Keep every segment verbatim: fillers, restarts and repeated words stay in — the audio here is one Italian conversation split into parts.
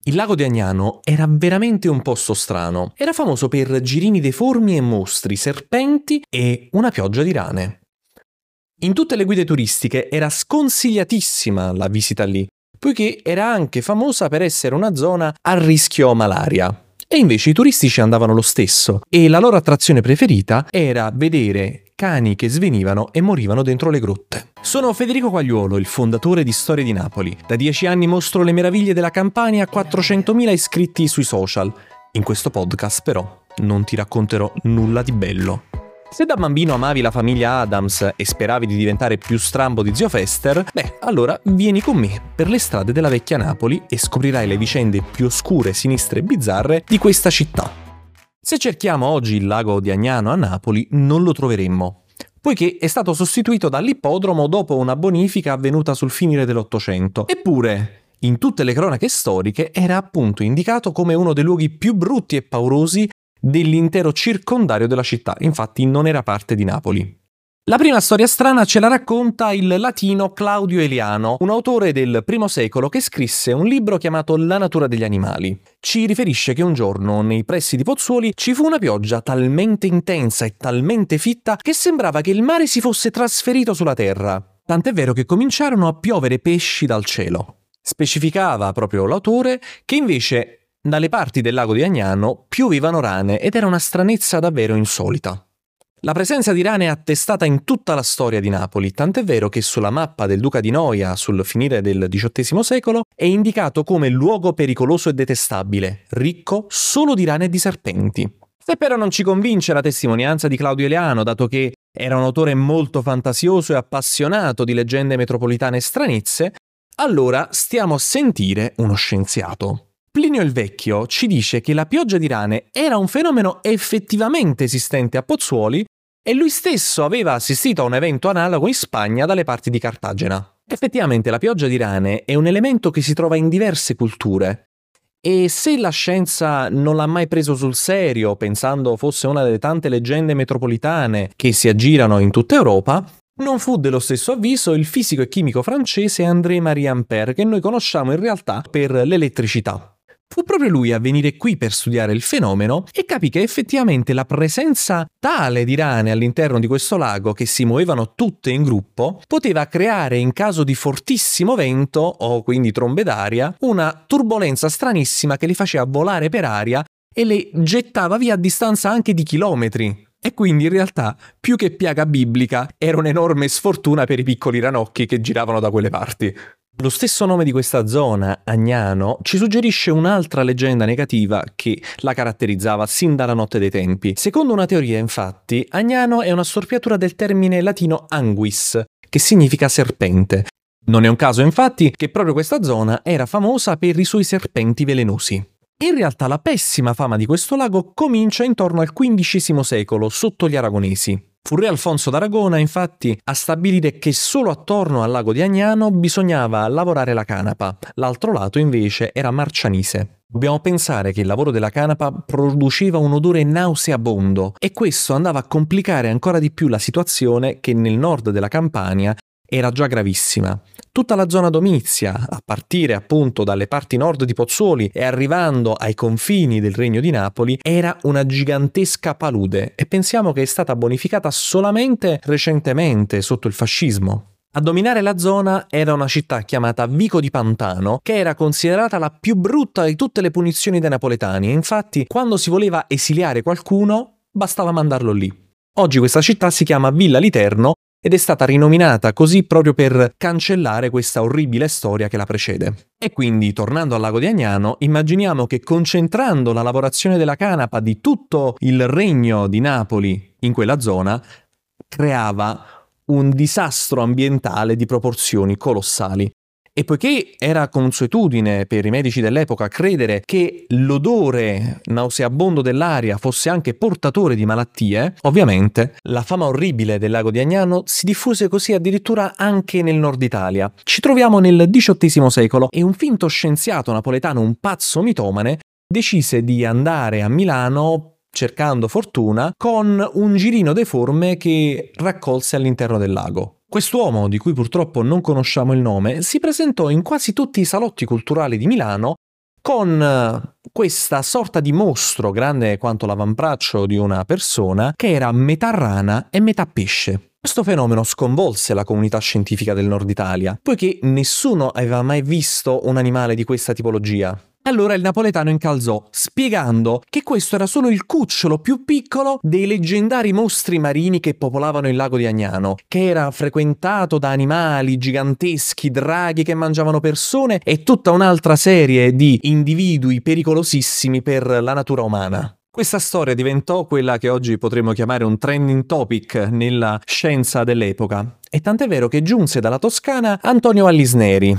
Il lago di Agnano era veramente un posto strano. Era famoso per girini deformi e mostri, serpenti e una pioggia di rane. In tutte le guide turistiche era sconsigliatissima la visita lì, poiché era anche famosa per essere una zona a rischio malaria. E invece i turisti ci andavano lo stesso, e la loro attrazione preferita era vedere cani che svenivano e morivano dentro le grotte. Sono Federico Quagliuolo, il fondatore di Storie di Napoli. Da dieci anni mostro le meraviglie della Campania a quattrocentomila iscritti sui social. In questo podcast, però, non ti racconterò nulla di bello. Se da bambino amavi la famiglia Addams e speravi di diventare più strambo di zio Fester, beh, allora vieni con me per le strade della vecchia Napoli e scoprirai le vicende più oscure, sinistre e bizzarre di questa città. Se cerchiamo oggi il lago di Agnano a Napoli, non lo troveremmo, poiché è stato sostituito dall'ippodromo dopo una bonifica avvenuta sul finire dell'Ottocento. Eppure, in tutte le cronache storiche, era appunto indicato come uno dei luoghi più brutti e paurosi dell'intero circondario della città, infatti non era parte di Napoli. La prima storia strana ce la racconta il latino Claudio Eliano, un autore del primo secolo che scrisse un libro chiamato La natura degli animali. Ci riferisce che un giorno nei pressi di Pozzuoli ci fu una pioggia talmente intensa e talmente fitta che sembrava che il mare si fosse trasferito sulla terra, tant'è vero che cominciarono a piovere pesci dal cielo. Specificava proprio l'autore che invece dalle parti del lago di Agnano piovevano rane ed era una stranezza davvero insolita. La presenza di rane è attestata in tutta la storia di Napoli, tant'è vero che sulla mappa del Duca di Noia sul finire del diciottesimo secolo è indicato come luogo pericoloso e detestabile, ricco solo di rane e di serpenti. Se però non ci convince la testimonianza di Claudio Eliano, dato che era un autore molto fantasioso e appassionato di leggende metropolitane e stranezze, allora stiamo a sentire uno scienziato. Plinio il Vecchio ci dice che la pioggia di rane era un fenomeno effettivamente esistente a Pozzuoli e lui stesso aveva assistito a un evento analogo in Spagna dalle parti di Cartagena. Effettivamente la pioggia di rane è un elemento che si trova in diverse culture e se la scienza non l'ha mai preso sul serio, pensando fosse una delle tante leggende metropolitane che si aggirano in tutta Europa, non fu dello stesso avviso il fisico e chimico francese André-Marie Ampère, che noi conosciamo in realtà per l'elettricità. Fu proprio lui a venire qui per studiare il fenomeno e capì che effettivamente la presenza tale di rane all'interno di questo lago, che si muovevano tutte in gruppo, poteva creare in caso di fortissimo vento, o quindi trombe d'aria, una turbolenza stranissima che li faceva volare per aria e le gettava via a distanza anche di chilometri. E quindi in realtà, più che piaga biblica, era un'enorme sfortuna per i piccoli ranocchi che giravano da quelle parti. Lo stesso nome di questa zona, Agnano, ci suggerisce un'altra leggenda negativa che la caratterizzava sin dalla notte dei tempi. Secondo una teoria, infatti, Agnano è una storpiatura del termine latino anguis, che significa serpente. Non è un caso, infatti, che proprio questa zona era famosa per i suoi serpenti velenosi. In realtà la pessima fama di questo lago comincia intorno al quindicesimo secolo, sotto gli aragonesi. Fu re Alfonso d'Aragona, infatti, a stabilire che solo attorno al lago di Agnano bisognava lavorare la canapa, l'altro lato invece era marcianise. Dobbiamo pensare che il lavoro della canapa produceva un odore nauseabondo e questo andava a complicare ancora di più la situazione che nel nord della Campania era già gravissima. Tutta la zona domizia, a partire appunto dalle parti nord di Pozzuoli e arrivando ai confini del Regno di Napoli, era una gigantesca palude e pensiamo che è stata bonificata solamente recentemente sotto il fascismo. A dominare la zona era una città chiamata Vico di Pantano, che era considerata la più brutta di tutte le punizioni dei napoletani e infatti quando si voleva esiliare qualcuno bastava mandarlo lì. Oggi questa città si chiama Villa Literno ed è stata rinominata così proprio per cancellare questa orribile storia che la precede. E quindi, tornando al lago di Agnano, immaginiamo che concentrando la lavorazione della canapa di tutto il regno di Napoli in quella zona, creava un disastro ambientale di proporzioni colossali. E poiché era consuetudine per i medici dell'epoca credere che l'odore nauseabondo dell'aria fosse anche portatore di malattie, ovviamente la fama orribile del lago di Agnano si diffuse così addirittura anche nel nord Italia. Ci troviamo nel diciottesimo secolo e un finto scienziato napoletano, un pazzo mitomane, decise di andare a Milano cercando fortuna con un girino deforme che raccolse all'interno del lago. Quest'uomo, di cui purtroppo non conosciamo il nome, si presentò in quasi tutti i salotti culturali di Milano con questa sorta di mostro grande quanto l'avambraccio di una persona che era metà rana e metà pesce. Questo fenomeno sconvolse la comunità scientifica del nord Italia, poiché nessuno aveva mai visto un animale di questa tipologia. Allora il napoletano incalzò, spiegando che questo era solo il cucciolo più piccolo dei leggendari mostri marini che popolavano il lago di Agnano, che era frequentato da animali giganteschi, draghi che mangiavano persone e tutta un'altra serie di individui pericolosissimi per la natura umana. Questa storia diventò quella che oggi potremmo chiamare un trending topic nella scienza dell'epoca, e tant'è vero che giunse dalla Toscana Antonio Vallisneri.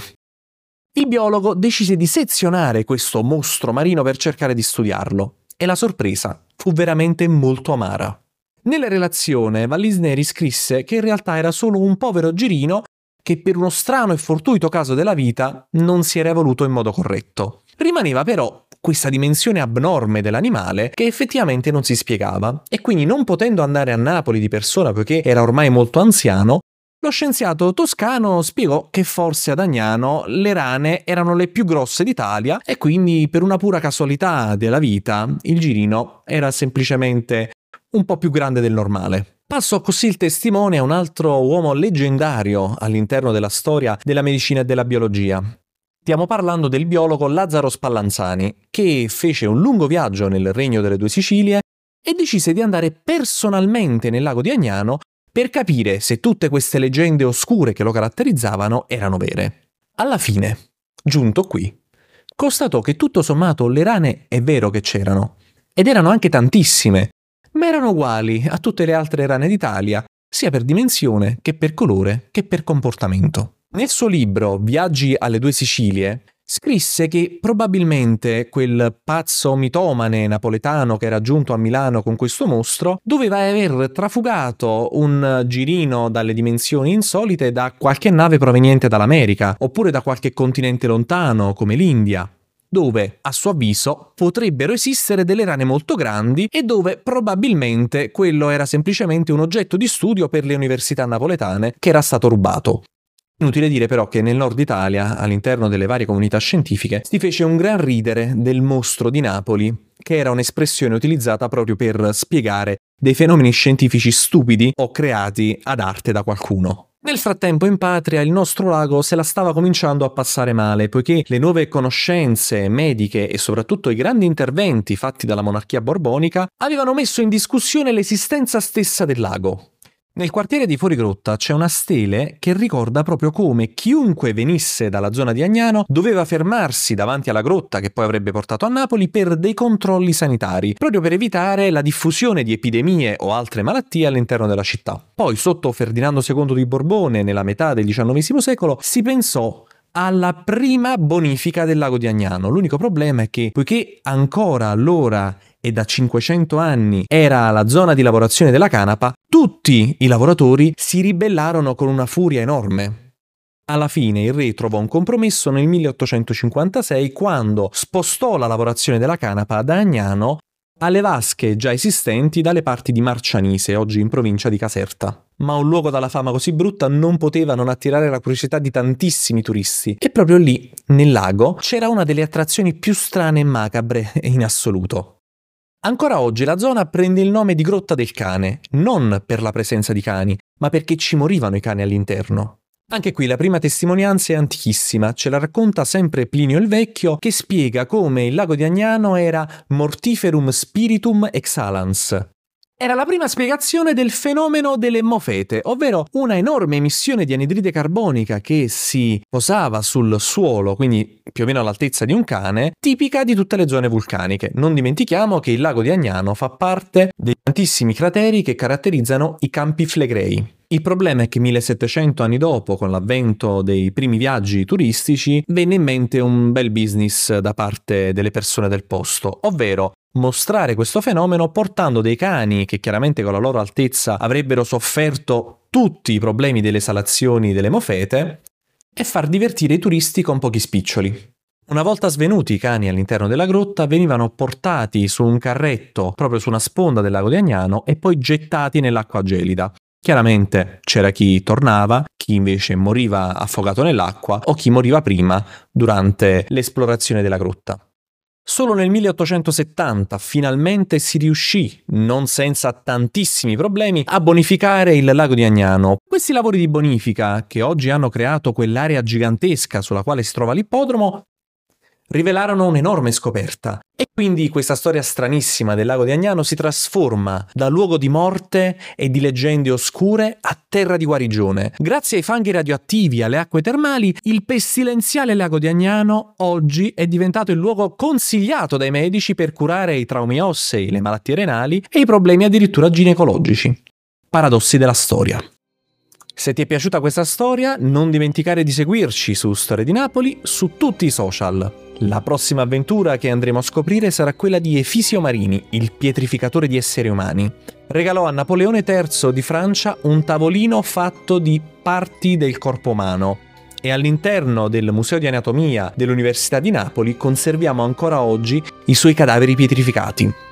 Il biologo decise di sezionare questo mostro marino per cercare di studiarlo, e la sorpresa fu veramente molto amara. Nella relazione Vallisneri scrisse che in realtà era solo un povero girino che per uno strano e fortuito caso della vita non si era evoluto in modo corretto. Rimaneva però questa dimensione abnorme dell'animale che effettivamente non si spiegava, e quindi non potendo andare a Napoli di persona poiché era ormai molto anziano, lo scienziato toscano spiegò che forse ad Agnano le rane erano le più grosse d'Italia e quindi per una pura casualità della vita il girino era semplicemente un po' più grande del normale. Passò così il testimone a un altro uomo leggendario all'interno della storia della medicina e della biologia. Stiamo parlando del biologo Lazzaro Spallanzani, che fece un lungo viaggio nel Regno delle Due Sicilie e decise di andare personalmente nel lago di Agnano per capire se tutte queste leggende oscure che lo caratterizzavano erano vere. Alla fine, giunto qui, constatò che tutto sommato le rane è vero che c'erano, ed erano anche tantissime, ma erano uguali a tutte le altre rane d'Italia, sia per dimensione che per colore che per comportamento. Nel suo libro Viaggi alle Due Sicilie scrisse che probabilmente quel pazzo mitomane napoletano che era giunto a Milano con questo mostro doveva aver trafugato un girino dalle dimensioni insolite da qualche nave proveniente dall'America, oppure da qualche continente lontano come l'India, dove, a suo avviso, potrebbero esistere delle rane molto grandi e dove probabilmente quello era semplicemente un oggetto di studio per le università napoletane che era stato rubato. Inutile dire però che nel nord Italia, all'interno delle varie comunità scientifiche, si fece un gran ridere del mostro di Napoli, che era un'espressione utilizzata proprio per spiegare dei fenomeni scientifici stupidi o creati ad arte da qualcuno. Nel frattempo in patria il nostro lago se la stava cominciando a passare male, poiché le nuove conoscenze mediche e soprattutto i grandi interventi fatti dalla monarchia borbonica avevano messo in discussione l'esistenza stessa del lago. Nel quartiere di Fuorigrotta c'è una stele che ricorda proprio come chiunque venisse dalla zona di Agnano doveva fermarsi davanti alla grotta che poi avrebbe portato a Napoli per dei controlli sanitari, proprio per evitare la diffusione di epidemie o altre malattie all'interno della città. Poi, sotto Ferdinando secondo di Borbone, nella metà del diciannovesimo secolo, si pensò alla prima bonifica del lago di Agnano. L'unico problema è che, poiché ancora allora e da cinquecento anni era la zona di lavorazione della canapa, tutti i lavoratori si ribellarono con una furia enorme. Alla fine il re trovò un compromesso nel milleottocentocinquantasei quando spostò la lavorazione della canapa da Agnano alle vasche già esistenti dalle parti di Marcianise, oggi in provincia di Caserta. Ma un luogo dalla fama così brutta non poteva non attirare la curiosità di tantissimi turisti, e proprio lì, nel lago, c'era una delle attrazioni più strane e macabre in assoluto. Ancora oggi la zona prende il nome di Grotta del Cane, non per la presenza di cani, ma perché ci morivano i cani all'interno. Anche qui la prima testimonianza è antichissima, ce la racconta sempre Plinio il Vecchio, che spiega come il lago di Agnano era mortiferum spiritum exhalans. Era la prima spiegazione del fenomeno delle mofete, ovvero una enorme emissione di anidride carbonica che si posava sul suolo, quindi più o meno all'altezza di un cane, tipica di tutte le zone vulcaniche. Non dimentichiamo che il lago di Agnano fa parte dei tantissimi crateri che caratterizzano i Campi Flegrei. Il problema è che millesettecento anni dopo, con l'avvento dei primi viaggi turistici, venne in mente un bel business da parte delle persone del posto, ovvero mostrare questo fenomeno portando dei cani che chiaramente con la loro altezza avrebbero sofferto tutti i problemi delle esalazioni delle mofete e far divertire i turisti con pochi spiccioli. Una volta svenuti i cani all'interno della grotta venivano portati su un carretto proprio su una sponda del lago di Agnano e poi gettati nell'acqua gelida. Chiaramente c'era chi tornava, chi invece moriva affogato nell'acqua o chi moriva prima durante l'esplorazione della grotta. Solo nel milleottocentosettanta finalmente si riuscì, non senza tantissimi problemi, a bonificare il lago di Agnano. Questi lavori di bonifica, che oggi hanno creato quell'area gigantesca sulla quale si trova l'ippodromo, rivelarono un'enorme scoperta. E quindi questa storia stranissima del lago di Agnano si trasforma da luogo di morte e di leggende oscure a terra di guarigione. Grazie ai fanghi radioattivi e alle acque termali, il pestilenziale lago di Agnano oggi è diventato il luogo consigliato dai medici per curare i traumi ossei, le malattie renali e i problemi addirittura ginecologici. Paradossi della storia. Se ti è piaciuta questa storia, non dimenticare di seguirci su Storie di Napoli su tutti i social. La prossima avventura che andremo a scoprire sarà quella di Efisio Marini, il pietrificatore di esseri umani. Regalò a Napoleone terzo di Francia un tavolino fatto di parti del corpo umano e all'interno del Museo di Anatomia dell'Università di Napoli conserviamo ancora oggi i suoi cadaveri pietrificati.